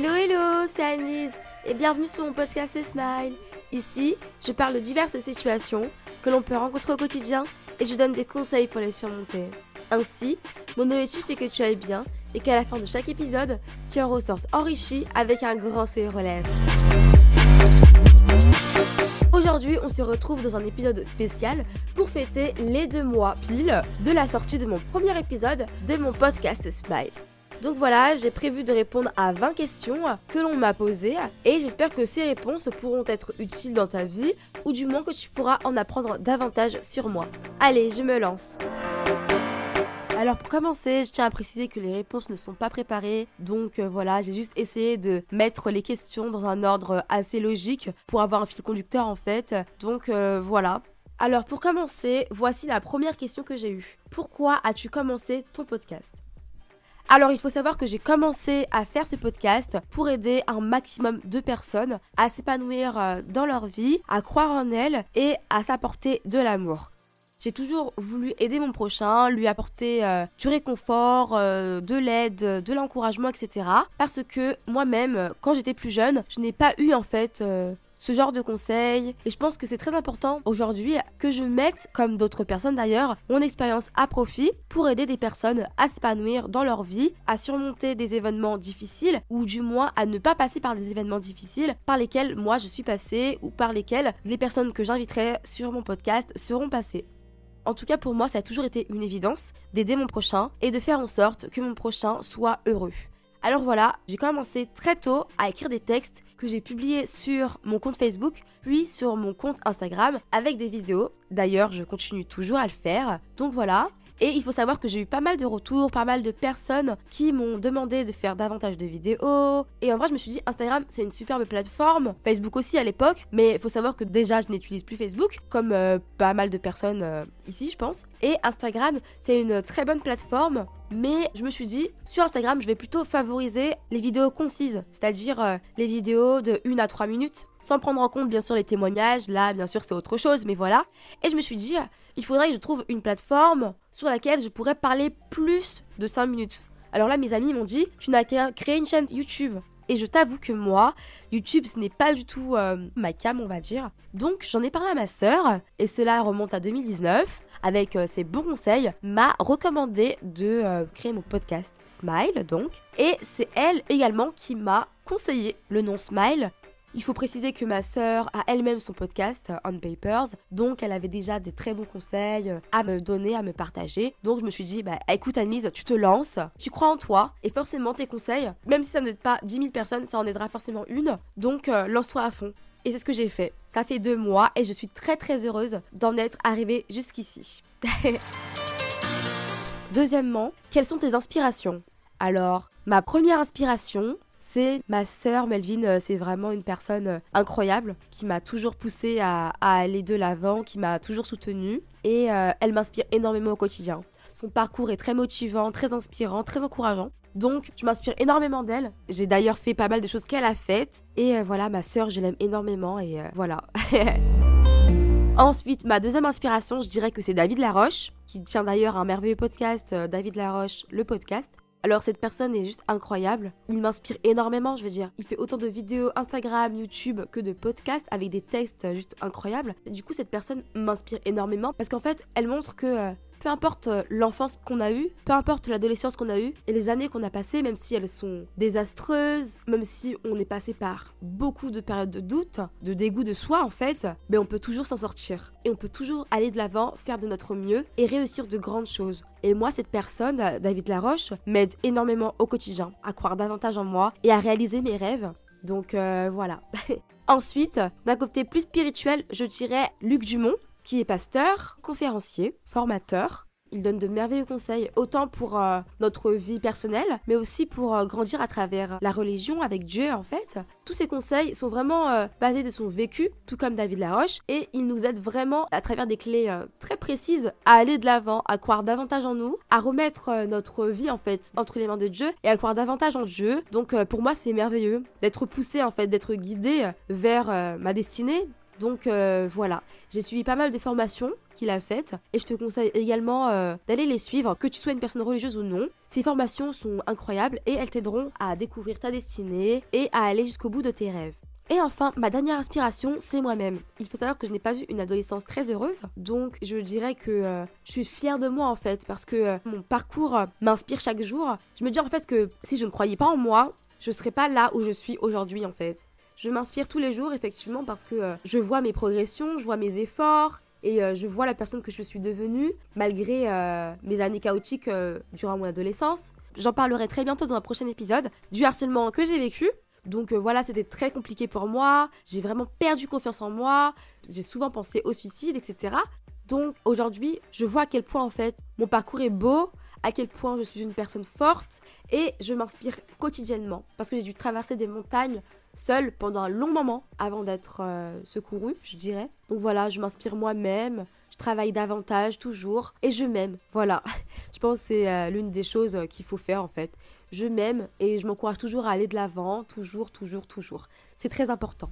Hello, c'est Annelise et bienvenue sur mon podcast Smile. Ici, je parle de diverses situations que l'on peut rencontrer au quotidien et je donne des conseils pour les surmonter. Ainsi, mon objectif est que tu ailles bien et qu'à la fin de chaque épisode, tu en ressortes enrichi avec un grand sourire aux lèvres. Aujourd'hui, on se retrouve dans un épisode spécial pour fêter les 2 mois pile de la sortie de mon premier épisode de mon podcast Smile. Donc voilà, j'ai prévu de répondre à 20 questions que l'on m'a posées et j'espère que ces réponses pourront être utiles dans ta vie ou du moins que tu pourras en apprendre davantage sur moi. Allez, je me lance. Alors pour commencer, je tiens à préciser que les réponses ne sont pas préparées, donc voilà, j'ai juste essayé de mettre les questions dans un ordre assez logique pour avoir un fil conducteur en fait, donc voilà. Alors pour commencer, voici la première question que j'ai eue. Pourquoi as-tu commencé ton podcast ? Alors il faut savoir que j'ai commencé à faire ce podcast pour aider un maximum de personnes à s'épanouir dans leur vie, à croire en elles et à s'apporter de l'amour. J'ai toujours voulu aider mon prochain, lui apporter du réconfort, de l'aide, de l'encouragement, etc. Parce que moi-même, quand j'étais plus jeune, je n'ai pas eu en fait ce genre de conseils. Et je pense que c'est très important aujourd'hui que je mette, comme d'autres personnes d'ailleurs, mon expérience à profit pour aider des personnes à s'épanouir dans leur vie, à surmonter des événements difficiles ou du moins à ne pas passer par des événements difficiles par lesquels moi je suis passée ou par lesquels les personnes que j'inviterai sur mon podcast seront passées. En tout cas, pour moi, ça a toujours été une évidence d'aider mon prochain et de faire en sorte que mon prochain soit heureux. Alors voilà, j'ai commencé très tôt à écrire des textes que j'ai publiés sur mon compte Facebook, puis sur mon compte Instagram avec des vidéos. D'ailleurs, je continue toujours à le faire. Donc voilà. Et il faut savoir que j'ai eu pas mal de retours, pas mal de personnes qui m'ont demandé de faire davantage de vidéos. Et en vrai, je me suis dit, Instagram, c'est une superbe plateforme. Facebook aussi à l'époque. Mais il faut savoir que déjà, je n'utilise plus Facebook, comme pas mal de personnes ici, je pense. Et Instagram, c'est une très bonne plateforme. Mais je me suis dit, sur Instagram, je vais plutôt favoriser les vidéos concises. C'est-à-dire les vidéos de 1 à 3 minutes. Sans prendre en compte, bien sûr, les témoignages. Là, bien sûr, c'est autre chose, mais voilà. Et je me suis dit, il faudrait que je trouve une plateforme sur laquelle je pourrais parler plus de 5 minutes. Alors là, mes amis m'ont dit, tu n'as qu'à créer une chaîne YouTube. Et je t'avoue que moi, YouTube, ce n'est pas du tout ma came, on va dire. Donc, j'en ai parlé à ma sœur, et cela remonte à 2019, avec ses bons conseils, m'a recommandé de créer mon podcast Smile, donc. Et c'est elle également qui m'a conseillé le nom Smile. Il faut préciser que ma sœur a elle-même son podcast On Papers, donc elle avait déjà des très bons conseils à me donner, à me partager. Donc je me suis dit, écoute Annelise, tu te lances, tu crois en toi, et forcément tes conseils, même si ça n'aide pas 10 000 personnes, ça en aidera forcément une. Donc lance-toi à fond. Et c'est ce que j'ai fait. Ça fait 2 mois et je suis très très heureuse d'en être arrivée jusqu'ici. Deuxièmement, quelles sont tes inspirations ? Alors, ma première inspiration, c'est ma sœur Melvin. C'est vraiment une personne incroyable qui m'a toujours poussée à aller de l'avant, qui m'a toujours soutenue et elle m'inspire énormément au quotidien. Son parcours est très motivant, très inspirant, très encourageant. Donc, je m'inspire énormément d'elle. J'ai d'ailleurs fait pas mal de choses qu'elle a faites. Et voilà, ma sœur, je l'aime énormément et voilà. Ensuite, ma deuxième inspiration, je dirais que c'est David Laroche, qui tient d'ailleurs un merveilleux podcast, David Laroche, le podcast. Alors cette personne est juste incroyable, il m'inspire énormément, je veux dire. Il fait autant de vidéos Instagram, YouTube que de podcasts avec des textes juste incroyables. Et du coup cette personne m'inspire énormément parce qu'en fait elle montre que peu importe l'enfance qu'on a eue, peu importe l'adolescence qu'on a eue et les années qu'on a passées, même si elles sont désastreuses, même si on est passé par beaucoup de périodes de doute, de dégoût de soi en fait, mais on peut toujours s'en sortir. Et on peut toujours aller de l'avant, faire de notre mieux et réussir de grandes choses. Et moi, cette personne, David Laroche, m'aide énormément au quotidien, à croire davantage en moi et à réaliser mes rêves. Donc voilà. Ensuite, d'un côté plus spirituel, je dirais Luc Dumont, qui est pasteur, conférencier, formateur. Il donne de merveilleux conseils, autant pour notre vie personnelle, mais aussi pour grandir à travers la religion avec Dieu en fait. Tous ces conseils sont vraiment basés de son vécu, tout comme David Laroche, et il nous aide vraiment à travers des clés très précises à aller de l'avant, à croire davantage en nous, à remettre notre vie en fait entre les mains de Dieu et à croire davantage en Dieu. Donc pour moi c'est merveilleux d'être poussé en fait, d'être guidé vers ma destinée, Donc voilà, j'ai suivi pas mal de formations qu'il a faites et je te conseille également d'aller les suivre, que tu sois une personne religieuse ou non. Ces formations sont incroyables et elles t'aideront à découvrir ta destinée et à aller jusqu'au bout de tes rêves. Et enfin, ma dernière inspiration, c'est moi-même. Il faut savoir que je n'ai pas eu une adolescence très heureuse, donc je dirais que je suis fière de moi en fait, parce que mon parcours m'inspire chaque jour. Je me dis en fait que si je ne croyais pas en moi, je serais pas là où je suis aujourd'hui en fait. Je m'inspire tous les jours effectivement parce que je vois mes progressions, je vois mes efforts et je vois la personne que je suis devenue malgré mes années chaotiques durant mon adolescence. J'en parlerai très bientôt dans un prochain épisode du harcèlement que j'ai vécu. Donc voilà, c'était très compliqué pour moi, j'ai vraiment perdu confiance en moi, j'ai souvent pensé au suicide, etc. Donc aujourd'hui, je vois à quel point en fait mon parcours est beau, à quel point je suis une personne forte et je m'inspire quotidiennement parce que j'ai dû traverser des montagnes seule pendant un long moment avant d'être secourue, je dirais. Donc voilà, je m'inspire moi-même, je travaille davantage toujours et je m'aime. Voilà, je pense que c'est l'une des choses qu'il faut faire en fait. Je m'aime et je m'encourage toujours à aller de l'avant, toujours. C'est très important.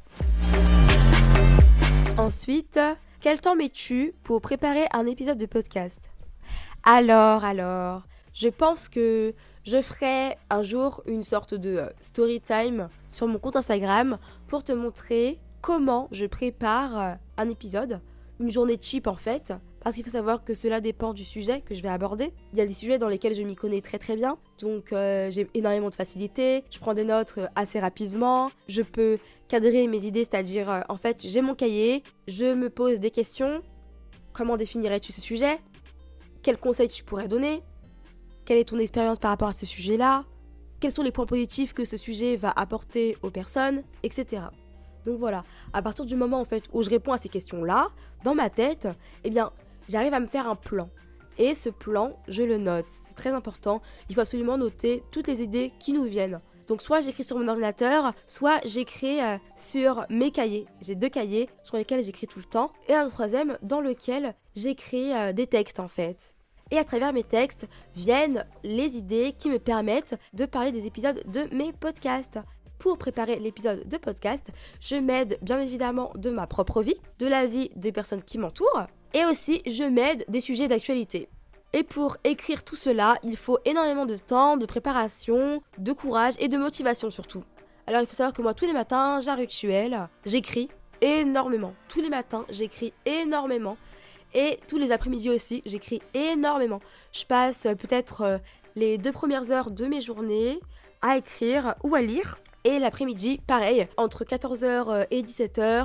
Ensuite, quel temps mets-tu pour préparer un épisode de podcast ? Alors, je pense que je ferai un jour une sorte de story time sur mon compte Instagram pour te montrer comment je prépare un épisode, une journée cheap en fait, parce qu'il faut savoir que cela dépend du sujet que je vais aborder. Il y a des sujets dans lesquels je m'y connais très bien, donc j'ai énormément de facilité, je prends des notes assez rapidement, je peux cadrer mes idées, c'est-à-dire en fait j'ai mon cahier, je me pose des questions, comment définirais-tu ce sujet ? Quels conseils tu pourrais donner ? Quelle est ton expérience par rapport à ce sujet-là ? Quels sont les points positifs que ce sujet va apporter aux personnes, etc. Donc voilà, à partir du moment en fait où je réponds à ces questions-là, dans ma tête, eh bien, j'arrive à me faire un plan. Et ce plan, je le note. C'est très important. Il faut absolument noter toutes les idées qui nous viennent. Donc soit j'écris sur mon ordinateur, soit j'écris sur mes cahiers. J'ai 2 cahiers sur lesquels j'écris tout le temps. Et un troisième dans lequel j'écris des textes en fait. Et à travers mes textes viennent les idées qui me permettent de parler des épisodes de mes podcasts. Pour préparer l'épisode de podcast, je m'aide bien évidemment de ma propre vie, de la vie des personnes qui m'entourent, et aussi je m'aide des sujets d'actualité. Et pour écrire tout cela, il faut énormément de temps, de préparation, de courage et de motivation surtout. Alors il faut savoir que moi tous les matins, j'ai un rituel, j'écris énormément. Tous les matins, j'écris énormément. Et tous les après-midi aussi, j'écris énormément. Je passe peut-être les 2 premières heures de mes journées à écrire ou à lire. Et l'après-midi, pareil, entre 14h et 17h.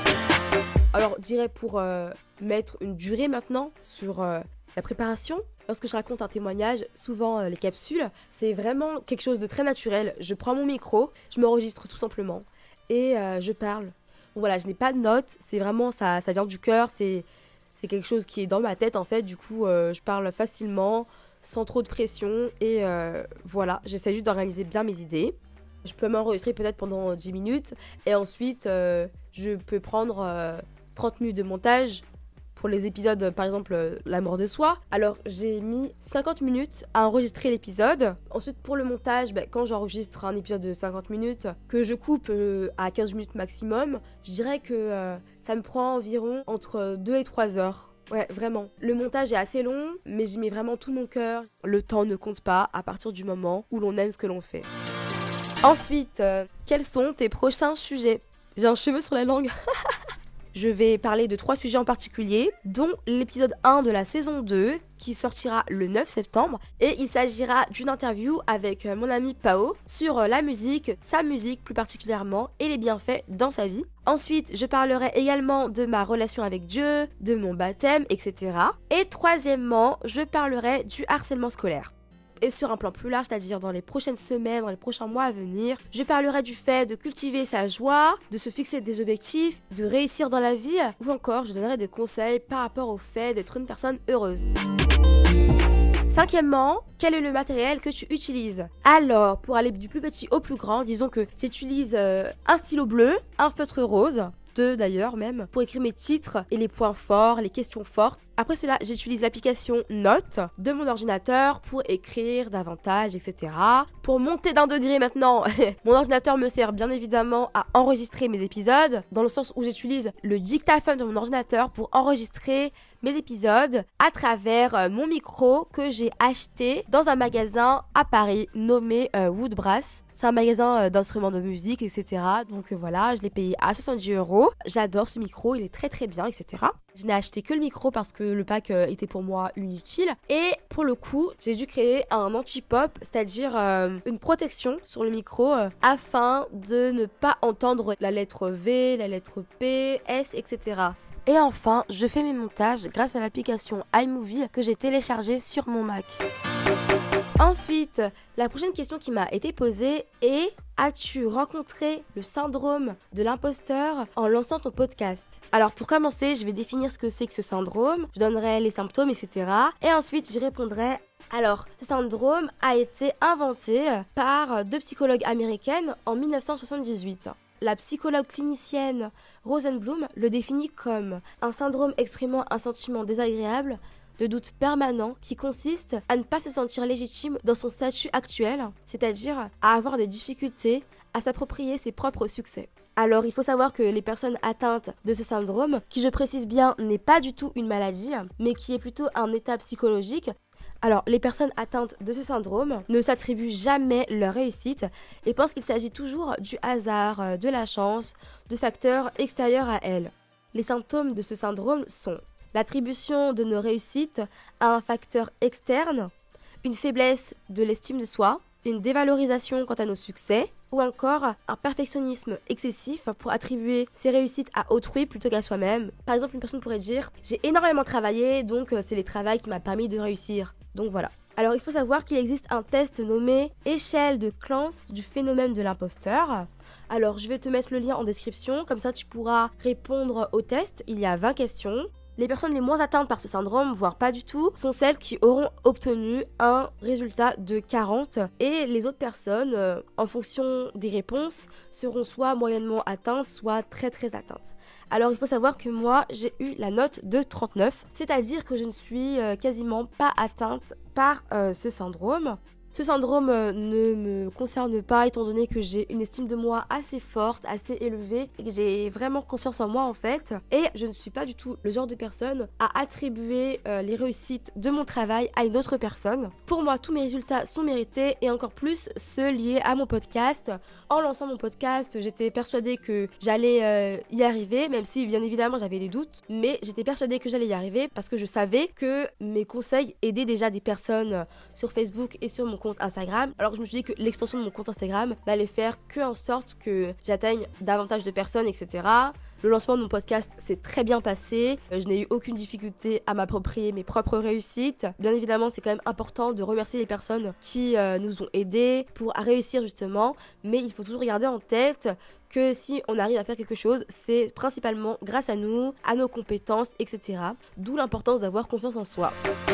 Alors, je dirais pour mettre une durée maintenant sur la préparation. Lorsque je raconte un témoignage, souvent les capsules, c'est vraiment quelque chose de très naturel. Je prends mon micro, je m'enregistre tout simplement et je parle. Voilà, je n'ai pas de notes, c'est vraiment, ça vient du cœur, c'est quelque chose qui est dans ma tête en fait, du coup je parle facilement, sans trop de pression et voilà, j'essaie juste d'organiser bien mes idées. Je peux m'enregistrer peut-être pendant 10 minutes et ensuite je peux prendre 30 minutes de montage pour les épisodes, par exemple La mort de soi. Alors j'ai mis 50 minutes à enregistrer l'épisode. Ensuite pour le montage, quand j'enregistre un épisode de 50 minutes, que je coupe à 15 minutes maximum, je dirais que ça me prend environ entre 2 et 3 heures. Ouais, vraiment. Le montage est assez long, mais j'y mets vraiment tout mon cœur. Le temps ne compte pas à partir du moment où l'on aime ce que l'on fait. Ensuite, quels sont tes prochains sujets ? J'ai un cheveu sur la langue. Je vais parler de 3 sujets en particulier, dont l'épisode 1 de la saison 2, qui sortira le 9 septembre. Et il s'agira d'une interview avec mon ami Pao sur la musique, sa musique plus particulièrement, et les bienfaits dans sa vie. Ensuite, je parlerai également de ma relation avec Dieu, de mon baptême, etc. Et troisièmement, je parlerai du harcèlement scolaire. Et sur un plan plus large, c'est-à-dire dans les prochaines semaines, dans les prochains mois à venir, je parlerai du fait de cultiver sa joie, de se fixer des objectifs, de réussir dans la vie, ou encore je donnerai des conseils par rapport au fait d'être une personne heureuse. Cinquièmement, quel est le matériel que tu utilises ? Alors, pour aller du plus petit au plus grand, disons que j'utilise un stylo bleu, un feutre rose, 2 d'ailleurs même, pour écrire mes titres et les points forts, les questions fortes. Après cela, j'utilise l'application Notes de mon ordinateur pour écrire davantage, etc. Pour monter d'un degré maintenant, mon ordinateur me sert bien évidemment à enregistrer mes épisodes, dans le sens où j'utilise le dictaphone de mon ordinateur pour enregistrer mes épisodes à travers mon micro que j'ai acheté dans un magasin à Paris nommé Woodbrass. C'est un magasin d'instruments de musique, etc. Donc voilà, je l'ai payé à 70€. J'adore ce micro, il est très très bien, etc. Je n'ai acheté que le micro parce que le pack était pour moi inutile. Et pour le coup, j'ai dû créer un anti-pop, c'est-à-dire une protection sur le micro afin de ne pas entendre la lettre V, la lettre P, S, etc. Et enfin, je fais mes montages grâce à l'application iMovie que j'ai téléchargée sur mon Mac. Ensuite, la prochaine question qui m'a été posée est: as-tu rencontré le syndrome de l'imposteur en lançant ton podcast? Alors pour commencer, je vais définir ce que c'est que ce syndrome, je donnerai les symptômes, etc. Et ensuite, je répondrai. Alors, ce syndrome a été inventé par 2 psychologues américaines en 1978. La psychologue clinicienne Rosenblum le définit comme un syndrome exprimant un sentiment désagréable de doute permanent qui consiste à ne pas se sentir légitime dans son statut actuel, c'est-à-dire à avoir des difficultés à s'approprier ses propres succès. Alors, il faut savoir que les personnes atteintes de ce syndrome, qui je précise bien n'est pas du tout une maladie, mais qui est plutôt un état psychologique, alors les personnes atteintes de ce syndrome ne s'attribuent jamais leur réussite et pensent qu'il s'agit toujours du hasard, de la chance, de facteurs extérieurs à elles. Les symptômes de ce syndrome sont l'attribution de nos réussites à un facteur externe, une faiblesse de l'estime de soi, une dévalorisation quant à nos succès, ou encore un perfectionnisme excessif pour attribuer ses réussites à autrui plutôt qu'à soi-même. Par exemple, une personne pourrait dire « j'ai énormément travaillé, donc c'est le travail qui m'a permis de réussir ». Donc voilà. Alors il faut savoir qu'il existe un test nommé échelle de Clance du phénomène de l'imposteur. Alors je vais te mettre le lien en description, comme ça tu pourras répondre au test. Il y a 20 questions. Les personnes les moins atteintes par ce syndrome, voire pas du tout, sont celles qui auront obtenu un résultat de 40 et les autres personnes, en fonction des réponses, seront soit moyennement atteintes, soit très très atteintes. Alors il faut savoir que moi j'ai eu la note de 39, c'est-à-dire que je ne suis quasiment pas atteinte par ce syndrome. Ce syndrome ne me concerne pas étant donné que j'ai une estime de moi assez forte, assez élevée et que j'ai vraiment confiance en moi en fait. Et je ne suis pas du tout le genre de personne à attribuer les réussites de mon travail à une autre personne. Pour moi, tous mes résultats sont mérités et encore plus ceux liés à mon podcast. En lançant mon podcast, j'étais persuadée que j'allais y arriver, même si bien évidemment j'avais des doutes, mais j'étais persuadée que j'allais y arriver parce que je savais que mes conseils aidaient déjà des personnes sur Facebook et sur mon compte Instagram. Alors je me suis dit que l'extension de mon compte Instagram n'allait faire que en sorte que j'atteigne davantage de personnes, etc. Le lancement de mon podcast s'est très bien passé. Je n'ai eu aucune difficulté à m'approprier mes propres réussites. Bien évidemment, c'est quand même important de remercier les personnes qui nous ont aidés pour réussir justement. Mais il faut toujours garder en tête que si on arrive à faire quelque chose, c'est principalement grâce à nous, à nos compétences, etc. D'où l'importance d'avoir confiance en soi.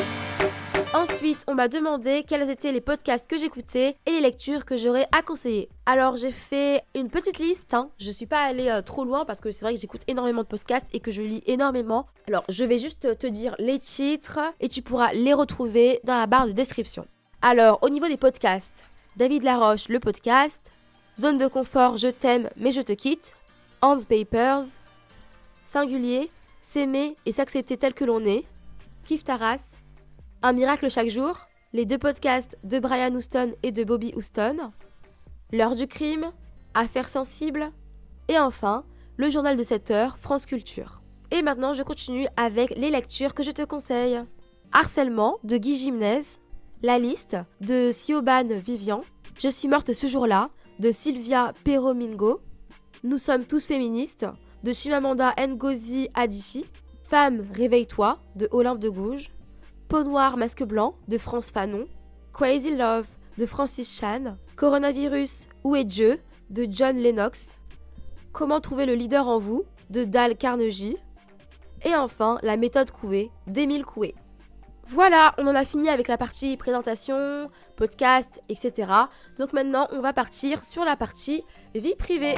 Ensuite, on m'a demandé quels étaient les podcasts que j'écoutais et les lectures que j'aurais à conseiller. Alors, j'ai fait une petite liste, Je suis pas allée trop loin parce que c'est vrai que j'écoute énormément de podcasts et que je lis énormément. Alors, je vais juste te dire les titres et tu pourras les retrouver dans la barre de description. Alors, au niveau des podcasts, David Laroche, le podcast, Zone de confort, je t'aime mais je te quitte, On the Papers, Singulier, S'aimer et s'accepter tel que l'on est, Kif Taras, Un miracle chaque jour, les 2 podcasts de Brian Houston et de Bobby Houston, L'heure du crime, Affaires sensibles, et enfin, le journal de 7 heures, France Culture. Et maintenant, je continue avec les lectures que je te conseille. Harcèlement, de Guy Gimnez, La liste, de Siobhan Vivian, Je suis morte ce jour-là, de Sylvia Perromingo, Nous sommes tous féministes, de Chimamanda Ngozi Adichie, Femme, réveille-toi, de Olympe de Gouges, Peau noire, masque blanc, de France Fanon, Crazy Love, de Francis Chan, Coronavirus, où est Dieu, de John Lennox, Comment trouver le leader en vous, de Dale Carnegie, et enfin, La méthode Coué, d'Émile Coué. Voilà, on en a fini avec la partie présentation, podcast, etc. Donc maintenant, on va partir sur la partie vie privée.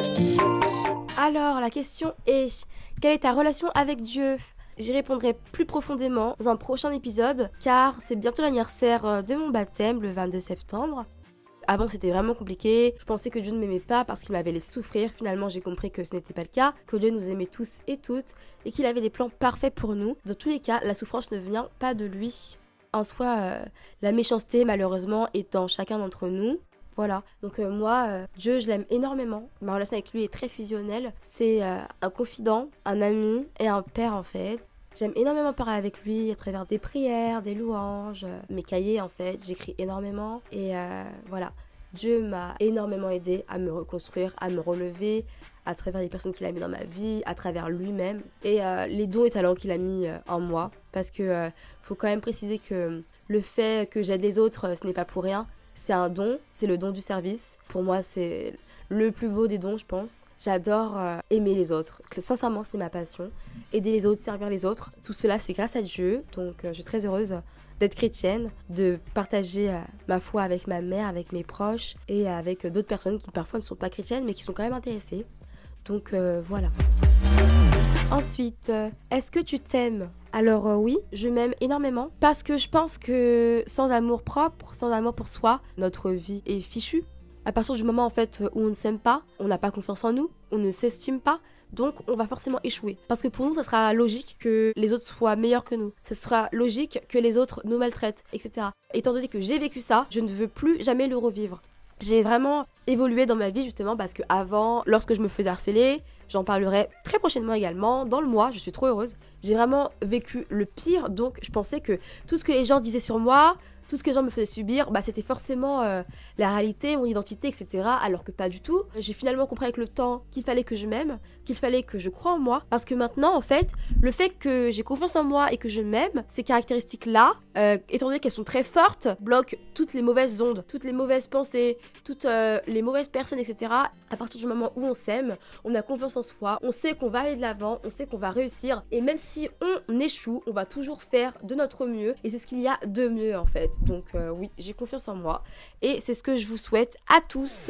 Alors, la question est, quelle est ta relation avec Dieu ? J'y répondrai plus profondément dans un prochain épisode, car c'est bientôt l'anniversaire de mon baptême, le 22 septembre. Avant, c'était vraiment compliqué. Je pensais que Dieu ne m'aimait pas parce qu'il m'avait laissé souffrir. Finalement, j'ai compris que ce n'était pas le cas, que Dieu nous aimait tous et toutes et qu'il avait des plans parfaits pour nous. Dans tous les cas, la souffrance ne vient pas de lui. En soi, la méchanceté, malheureusement, est dans chacun d'entre nous. Voilà, donc moi, Dieu, je l'aime énormément. Ma relation avec lui est très fusionnelle. C'est un confident, un ami et un père en fait. J'aime énormément parler avec lui à travers des prières, des louanges, mes cahiers en fait. J'écris énormément et voilà. Dieu m'a énormément aidé à me reconstruire, à me relever à travers les personnes qu'il a mis dans ma vie, à travers lui-même et les dons et talents qu'il a mis en moi. Parce que faut quand même préciser que le fait que j'aide les autres, ce n'est pas pour rien. C'est un don, c'est le don du service. Pour moi, c'est le plus beau des dons, je pense. J'adore aimer les autres. Sincèrement, c'est ma passion. Aider les autres, servir les autres. Tout cela, c'est grâce à Dieu. Donc, je suis très heureuse d'être chrétienne, de partager ma foi avec ma mère, avec mes proches et avec d'autres personnes qui parfois ne sont pas chrétiennes, mais qui sont quand même intéressées. Donc, voilà. Ensuite, est-ce que tu t'aimes ? Alors oui, je m'aime énormément parce que je pense que sans amour propre, sans amour pour soi, notre vie est fichue. À partir du moment en fait où on ne s'aime pas, on n'a pas confiance en nous, on ne s'estime pas, donc on va forcément échouer. Parce que pour nous, ça sera logique que les autres soient meilleurs que nous. Ça sera logique que les autres nous maltraitent, etc. Étant donné que j'ai vécu ça, je ne veux plus jamais le revivre. J'ai vraiment évolué dans ma vie justement parce que avant, lorsque je me faisais harceler, j'en parlerai très prochainement également, dans le mois, je suis trop heureuse. J'ai vraiment vécu le pire, donc je pensais que tout ce que les gens disaient sur moi, tout ce que les gens me faisaient subir, c'était forcément la réalité, mon identité, etc. Alors que pas du tout. J'ai finalement compris avec le temps qu'il fallait que je m'aime, qu'il fallait que je croie en moi. Parce que maintenant, en fait, le fait que j'ai confiance en moi et que je m'aime, ces caractéristiques-là, étant donné qu'elles sont très fortes, bloquent toutes les mauvaises ondes, toutes les mauvaises pensées, toutes les mauvaises personnes, etc. À partir du moment où on s'aime, on a confiance en soi, on sait qu'on va aller de l'avant, on sait qu'on va réussir. Et même si on échoue, on va toujours faire de notre mieux. Et c'est ce qu'il y a de mieux, en fait. Donc oui, j'ai confiance en moi et c'est ce que je vous souhaite à tous.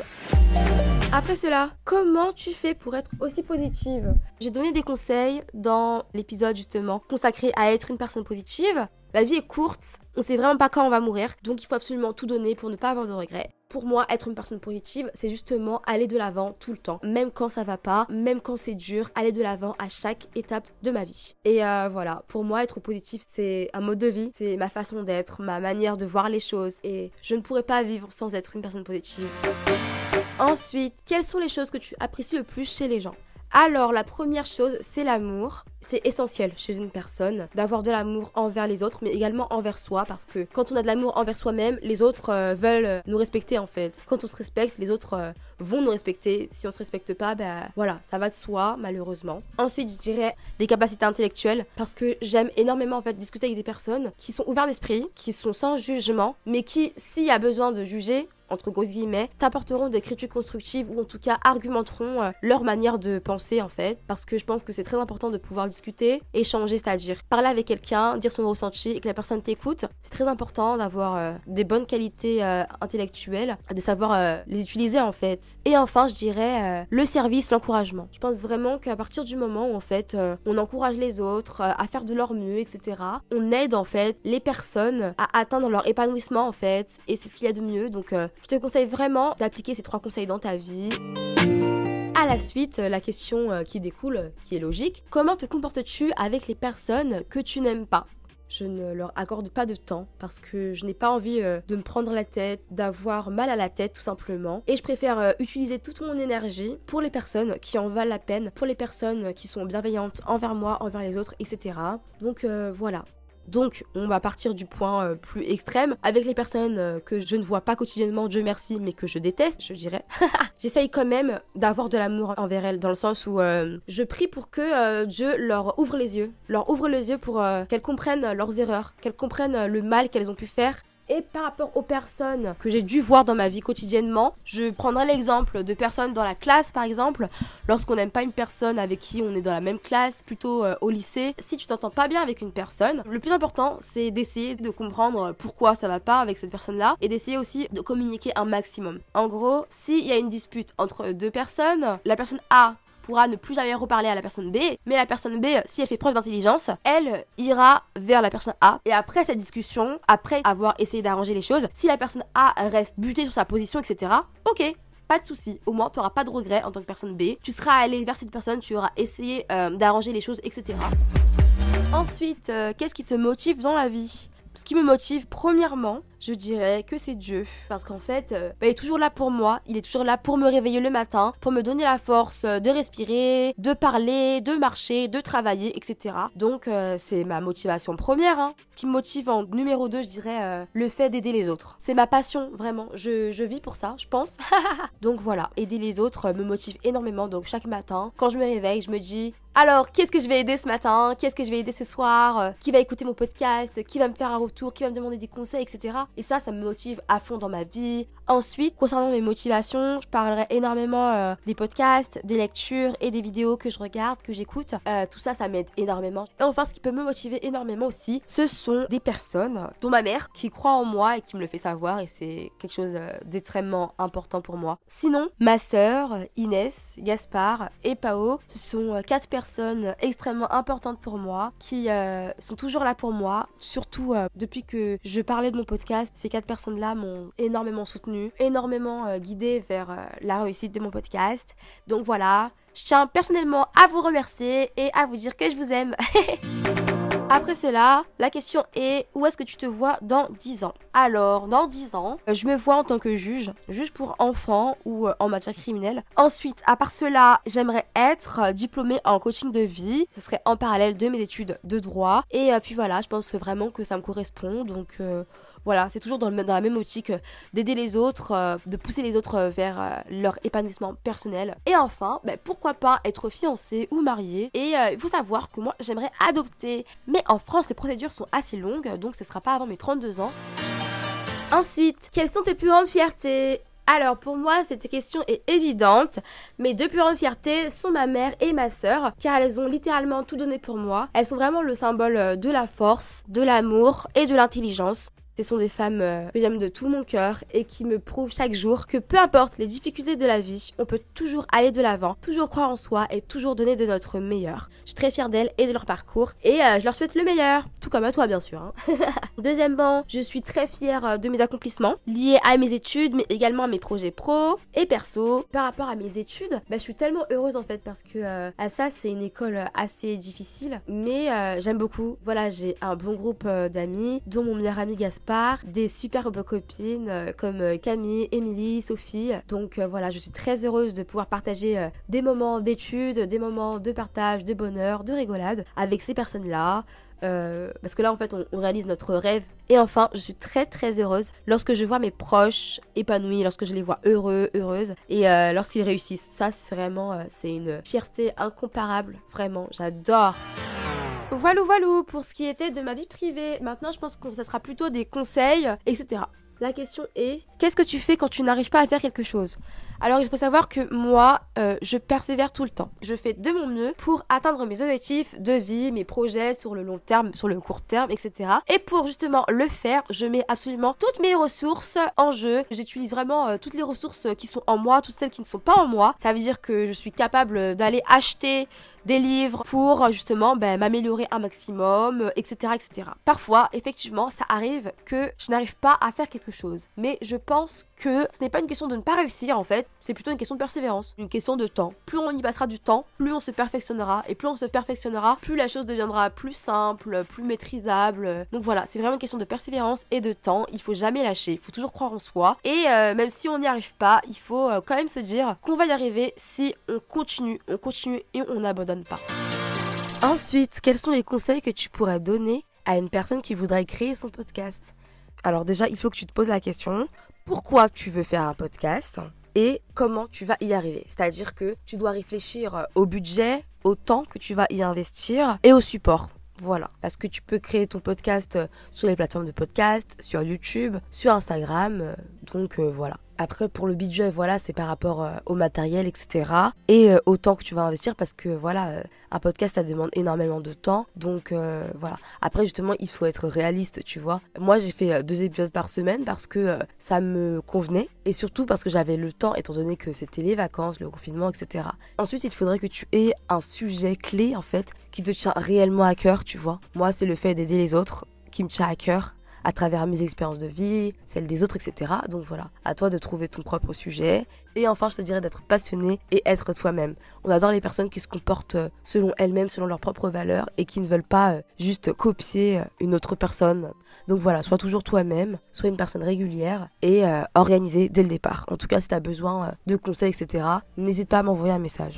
Après cela, comment tu fais pour être aussi positive ? J'ai donné des conseils dans l'épisode justement consacré à être une personne positive. La vie est courte, on sait vraiment pas quand on va mourir, donc il faut absolument tout donner pour ne pas avoir de regrets. Pour moi, être une personne positive, c'est justement aller de l'avant tout le temps. Même quand ça va pas, même quand c'est dur, aller de l'avant à chaque étape de ma vie. Et voilà, pour moi, être positif, c'est un mode de vie, c'est ma façon d'être, ma manière de voir les choses. Et je ne pourrais pas vivre sans être une personne positive. Ensuite, quelles sont les choses que tu apprécies le plus chez les gens ? Alors, la première chose, c'est l'amour. C'est essentiel chez une personne d'avoir de l'amour envers les autres, mais également envers soi, parce que quand on a de l'amour envers soi-même, les autres veulent nous respecter en fait. Quand on se respecte, les autres vont nous respecter. Si on se respecte pas, voilà, ça va de soi, malheureusement. Ensuite, je dirais des capacités intellectuelles, parce que j'aime énormément en fait discuter avec des personnes qui sont ouvertes d'esprit, qui sont sans jugement, mais qui, s'il y a besoin de juger, entre grosses guillemets, t'apporteront des critiques constructives ou en tout cas argumenteront leur manière de penser en fait, parce que je pense que c'est très important de pouvoir discuter, échanger, c'est-à-dire parler avec quelqu'un, dire son ressenti et que la personne t'écoute. C'est très important d'avoir des bonnes qualités intellectuelles, de savoir les utiliser en fait. Et enfin, je dirais le service, l'encouragement. Je pense vraiment qu'à partir du moment où en fait on encourage les autres à faire de leur mieux, etc., on aide en fait les personnes à atteindre leur épanouissement en fait, et c'est ce qu'il y a de mieux. Donc je te conseille vraiment d'appliquer ces 3 conseils dans ta vie. À la suite, la question qui découle, qui est logique, comment te comportes-tu avec les personnes que tu n'aimes pas ? Je ne leur accorde pas de temps parce que je n'ai pas envie de me prendre la tête, d'avoir mal à la tête tout simplement. Et je préfère utiliser toute mon énergie pour les personnes qui en valent la peine, pour les personnes qui sont bienveillantes envers moi, envers les autres, etc. Donc voilà. Donc, on va partir du point plus extrême avec les personnes que je ne vois pas quotidiennement, Dieu merci, mais que je déteste, je dirais. J'essaye quand même d'avoir de l'amour envers elles, dans le sens où je prie pour que Dieu leur ouvre les yeux pour qu'elles comprennent leurs erreurs, qu'elles comprennent le mal qu'elles ont pu faire Et par rapport aux personnes que j'ai dû voir dans ma vie quotidiennement, je prendrai l'exemple de personnes dans la classe par exemple. Lorsqu'on n'aime pas une personne avec qui on est dans la même classe, plutôt au lycée, si tu t'entends pas bien avec une personne, le plus important c'est d'essayer de comprendre pourquoi ça va pas avec cette personne-là et d'essayer aussi de communiquer un maximum. En gros, s'il y a une dispute entre deux personnes, la personne A pourra ne plus jamais reparler à la personne B, mais la personne B, si elle fait preuve d'intelligence, elle ira vers la personne A. Et après cette discussion, après avoir essayé d'arranger les choses, si la personne A reste butée sur sa position, etc., ok, pas de souci, au moins tu n'auras pas de regret en tant que personne B, tu seras allé vers cette personne, tu auras essayé d'arranger les choses, etc. Ensuite, qu'est-ce qui te motive dans la vie ? Ce qui me motive, premièrement, je dirais que c'est Dieu. Parce qu'en fait, il est toujours là pour moi. Il est toujours là pour me réveiller le matin, pour me donner la force de respirer, de parler, de marcher, de travailler, etc. Donc, c'est ma motivation première. Hein. Ce qui me motive en numéro 2, je dirais le fait d'aider les autres. C'est ma passion, vraiment. Je vis pour ça, je pense. Donc voilà, aider les autres me motive énormément. Donc chaque matin, quand je me réveille, je me dis... Alors, qu'est-ce que je vais aider ce matin ? Qu'est-ce que je vais aider ce soir ? Qui va écouter mon podcast ? Qui va me faire un retour ? Qui va me demander des conseils, etc. Et ça me motive à fond dans ma vie. Ensuite, concernant mes motivations, je parlerai énormément des podcasts, des lectures et des vidéos que je regarde, que j'écoute. Tout ça, ça m'aide énormément. Et enfin, ce qui peut me motiver énormément aussi, ce sont des personnes, dont ma mère, qui croit en moi et qui me le fait savoir. Et c'est quelque chose d'extrêmement important pour moi. Sinon, ma sœur, Inès, Gaspard et Pao, ce sont 4 personnes extrêmement importantes pour moi, qui sont toujours là pour moi, surtout depuis que je parlais de mon podcast. Ces 4 personnes-là m'ont énormément soutenue, énormément guidée vers la réussite de mon podcast. Donc voilà, je tiens personnellement à vous remercier et à vous dire que je vous aime. Après cela, la question est, où est-ce que tu te vois dans 10 ans ? Alors, dans 10 ans, je me vois en tant que juge pour enfants ou en matière criminelle. Ensuite, à part cela, j'aimerais être diplômée en coaching de vie. Ce serait en parallèle de mes études de droit. Et puis voilà, je pense vraiment que ça me correspond. Donc voilà, c'est toujours dans la même optique d'aider les autres, de pousser les autres vers leur épanouissement personnel. Et enfin, pourquoi pas être fiancée ou mariée. Et il faut savoir que moi, j'aimerais adopter. Mais en France, les procédures sont assez longues, donc ce sera pas avant mes 32 ans. Ensuite, quelles sont tes plus grandes fiertés ? Alors pour moi, cette question est évidente. Mes 2 plus grandes fiertés sont ma mère et ma sœur, car elles ont littéralement tout donné pour moi. Elles sont vraiment le symbole de la force, de l'amour et de l'intelligence. Ce sont des femmes que j'aime de tout mon cœur et qui me prouvent chaque jour que peu importe les difficultés de la vie, on peut toujours aller de l'avant, toujours croire en soi et toujours donner de notre meilleur. Je suis très fière d'elles et de leur parcours et je leur souhaite le meilleur, tout comme à toi bien sûr. Hein. Deuxièmement, je suis très fière de mes accomplissements liés à mes études mais également à mes projets pro et perso. Par rapport à mes études, je suis tellement heureuse en fait parce que ça c'est une école assez difficile mais j'aime beaucoup. Voilà, j'ai un bon groupe d'amis dont mon meilleur ami Gaspard, des superbes copines comme Camille, Émilie, Sophie. Donc voilà, je suis très heureuse de pouvoir partager des moments d'études, des moments de partage, de bonheur, de rigolade avec ces personnes-là. Parce que là en fait on réalise notre rêve. Et enfin je suis très très heureuse lorsque je vois mes proches épanouis, lorsque je les vois heureuses et lorsqu'ils réussissent. Ça c'est vraiment c'est une fierté incomparable, vraiment j'adore. Voilà pour ce qui était de ma vie privée. Maintenant je pense que ça sera plutôt des conseils, etc. La question est, qu'est-ce que tu fais quand tu n'arrives pas à faire quelque chose ? Alors il faut savoir que moi, je persévère tout le temps. Je fais de mon mieux pour atteindre mes objectifs de vie, mes projets sur le long terme, sur le court terme, etc. Et pour justement le faire, je mets absolument toutes mes ressources en jeu. J'utilise vraiment toutes les ressources qui sont en moi, toutes celles qui ne sont pas en moi. Ça veut dire que je suis capable d'aller acheter des livres pour justement m'améliorer un maximum, etc., etc. Parfois, effectivement, ça arrive que je n'arrive pas à faire quelque chose. Mais je pense que ce n'est pas une question de ne pas réussir en fait, c'est plutôt une question de persévérance, une question de temps. Plus on y passera du temps, plus on se perfectionnera. Et plus on se perfectionnera, plus la chose deviendra plus simple, plus maîtrisable. Donc voilà, c'est vraiment une question de persévérance et de temps. Il faut jamais lâcher, il faut toujours croire en soi. Et même si on n'y arrive pas, il faut quand même se dire qu'on va y arriver si on continue et on n'abandonne pas. Ensuite, quels sont les conseils que tu pourrais donner à une personne qui voudrait créer son podcast ? Alors déjà, il faut que tu te poses la question, pourquoi tu veux faire un podcast et comment tu vas y arriver ? C'est-à-dire que tu dois réfléchir au budget, au temps que tu vas y investir et au support. Voilà, parce que tu peux créer ton podcast sur les plateformes de podcast, sur YouTube, sur Instagram, donc voilà. Après, pour le budget, voilà, c'est par rapport au matériel, etc. Et au temps que tu vas investir, parce que voilà, un podcast, ça demande énormément de temps. Donc voilà. Après, justement, il faut être réaliste, tu vois. Moi, j'ai fait 2 épisodes par semaine parce que ça me convenait. Et surtout parce que j'avais le temps, étant donné que c'était les vacances, le confinement, etc. Ensuite, il faudrait que tu aies un sujet clé, en fait, qui te tient réellement à cœur, tu vois. Moi, c'est le fait d'aider les autres qui me tient à cœur, à travers mes expériences de vie, celles des autres, etc. Donc voilà, à toi de trouver ton propre sujet. Et enfin, je te dirais d'être passionné et être toi-même. On adore les personnes qui se comportent selon elles-mêmes, selon leurs propres valeurs et qui ne veulent pas juste copier une autre personne. Donc voilà, sois toujours toi-même, sois une personne régulière et organisée dès le départ. En tout cas, si tu as besoin de conseils, etc., n'hésite pas à m'envoyer un message.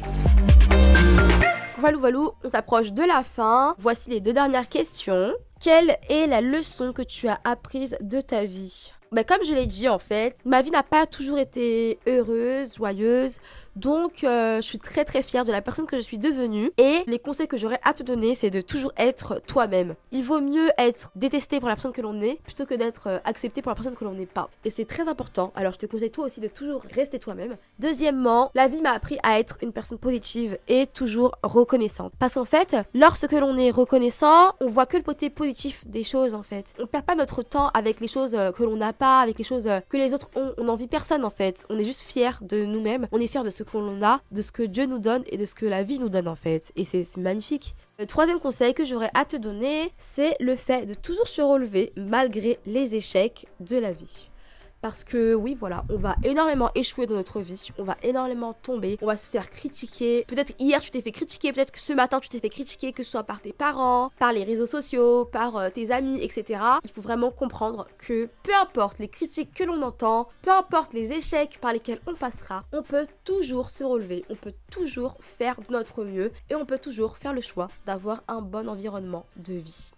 Voilà, on s'approche de la fin. Voici les 2 dernières questions. Quelle est la leçon que tu as apprise de ta vie ? Comme je l'ai dit en fait, ma vie n'a pas toujours été heureuse, joyeuse. Donc je suis très très fière de la personne que je suis devenue. Et les conseils que j'aurais à te donner, c'est de toujours être toi-même. Il vaut mieux être détesté pour la personne que l'on est plutôt que d'être accepté pour la personne que l'on n'est pas. Et c'est très important. Alors je te conseille toi aussi de toujours rester toi-même. Deuxièmement, la vie m'a appris à être une personne positive et toujours reconnaissante. Parce qu'en fait, lorsque l'on est reconnaissant, on voit que le côté positif des choses en fait. On perd pas notre temps avec les choses que l'on n'a pas, avec les choses que les autres ont. On n'envie personne en fait. On est juste fiers de nous-mêmes. On est fiers de ce que l'on a, de ce que Dieu nous donne et de ce que la vie nous donne en fait. Et c'est magnifique. Le 3e conseil que j'aurais à te donner, c'est le fait de toujours se relever malgré les échecs de la vie. Parce que oui, voilà, on va énormément échouer dans notre vie, on va énormément tomber, on va se faire critiquer. Peut-être hier tu t'es fait critiquer, peut-être que ce matin tu t'es fait critiquer, que ce soit par tes parents, par les réseaux sociaux, par tes amis, etc. Il faut vraiment comprendre que peu importe les critiques que l'on entend, peu importe les échecs par lesquels on passera, on peut toujours se relever, on peut toujours faire de notre mieux et on peut toujours faire le choix d'avoir un bon environnement de vie.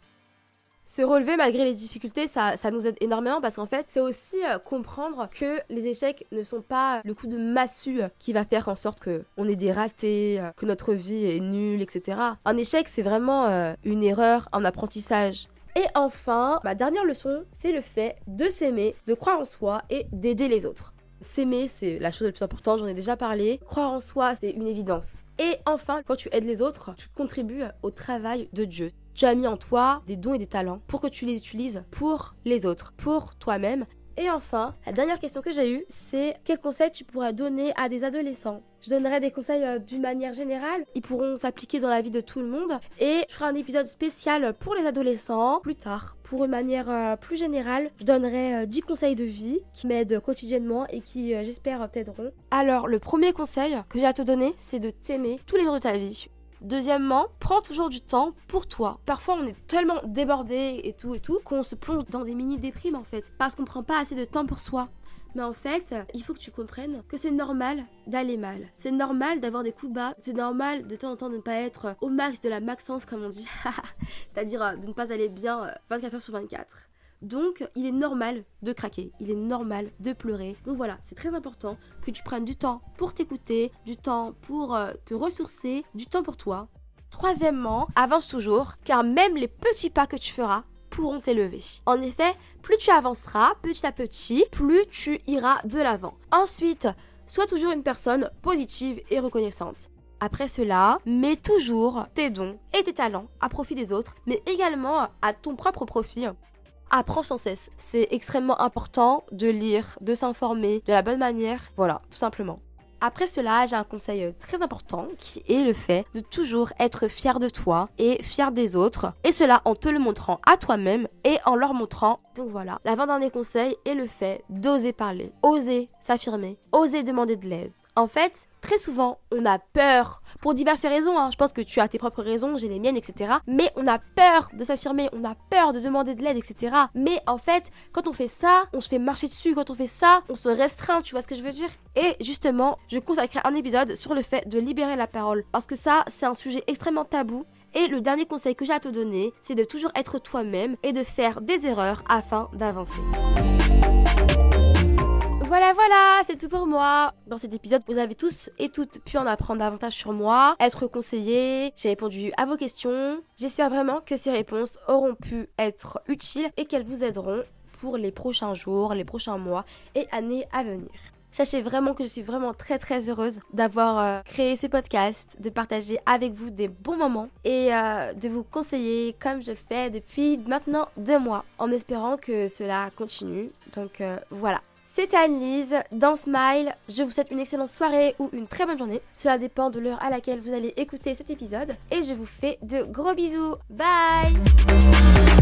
Se relever malgré les difficultés, ça nous aide énormément parce qu'en fait, c'est aussi comprendre que les échecs ne sont pas le coup de massue qui va faire en sorte qu'on est des ratés, que notre vie est nulle, etc. Un échec, c'est vraiment une erreur, un apprentissage. Et enfin, ma dernière leçon, c'est le fait de s'aimer, de croire en soi et d'aider les autres. S'aimer, c'est la chose la plus importante, j'en ai déjà parlé. Croire en soi, c'est une évidence. Et enfin, quand tu aides les autres, tu contribues au travail de Dieu. Tu as mis en toi des dons et des talents pour que tu les utilises pour les autres, pour toi-même. Et enfin, la dernière question que j'ai eue, c'est quel conseil tu pourrais donner à des adolescents ? Je donnerai des conseils d'une manière générale, ils pourront s'appliquer dans la vie de tout le monde. Et je ferai un épisode spécial pour les adolescents plus tard. Pour une manière plus générale, je donnerai 10 conseils de vie qui m'aident quotidiennement et qui, j'espère, t'aideront. Alors, le premier conseil que j'ai à te donner, c'est de t'aimer tous les jours de ta vie. Deuxièmement, prends toujours du temps pour toi. Parfois, on est tellement débordé et tout, qu'on se plonge dans des mini-déprimes en fait, parce qu'on prend pas assez de temps pour soi. Mais en fait, il faut que tu comprennes que c'est normal d'aller mal. C'est normal d'avoir des coups bas. C'est normal de temps en temps de ne pas être au max de la maxence, comme on dit. C'est-à-dire de ne pas aller bien 24 heures sur 24. Donc, il est normal de craquer, il est normal de pleurer. Donc voilà, c'est très important que tu prennes du temps pour t'écouter, du temps pour te ressourcer, du temps pour toi. Troisièmement, avance toujours, car même les petits pas que tu feras pourront t'élever. En effet, plus tu avanceras petit à petit, plus tu iras de l'avant. Ensuite, sois toujours une personne positive et reconnaissante. Après cela, mets toujours tes dons et tes talents à profit des autres, mais également à ton propre profit. Apprends sans cesse. C'est extrêmement important de lire, de s'informer de la bonne manière. Voilà, tout simplement. Après cela, j'ai un conseil très important qui est le fait de toujours être fier de toi et fier des autres. Et cela en te le montrant à toi-même et en leur montrant. Donc voilà, l'avant-dernier conseil est le fait d'oser parler, oser s'affirmer, oser demander de l'aide. En fait, très souvent, on a peur, pour diverses raisons, je pense que tu as tes propres raisons, j'ai les miennes, etc. Mais on a peur de s'affirmer, on a peur de demander de l'aide, etc. Mais en fait, quand on fait ça, on se fait marcher dessus, quand on fait ça, on se restreint, tu vois ce que je veux dire ? Et justement, je consacrerai un épisode sur le fait de libérer la parole, parce que ça, c'est un sujet extrêmement tabou. Et le dernier conseil que j'ai à te donner, c'est de toujours être toi-même et de faire des erreurs afin d'avancer. voilà, c'est tout pour moi. Dans cet épisode, vous avez tous et toutes pu en apprendre davantage sur moi, être conseillés, j'ai répondu à vos questions. J'espère vraiment que ces réponses auront pu être utiles et qu'elles vous aideront pour les prochains jours, les prochains mois et années à venir. Sachez vraiment que je suis vraiment très heureuse d'avoir créé ce podcast, de partager avec vous des bons moments et de vous conseiller comme je le fais depuis maintenant 2 mois, en espérant que cela continue. Donc voilà. C'était Anne-Lise dans Smile. Je vous souhaite une excellente soirée ou une très bonne journée. Cela dépend de l'heure à laquelle vous allez écouter cet épisode. Et je vous fais de gros bisous. Bye!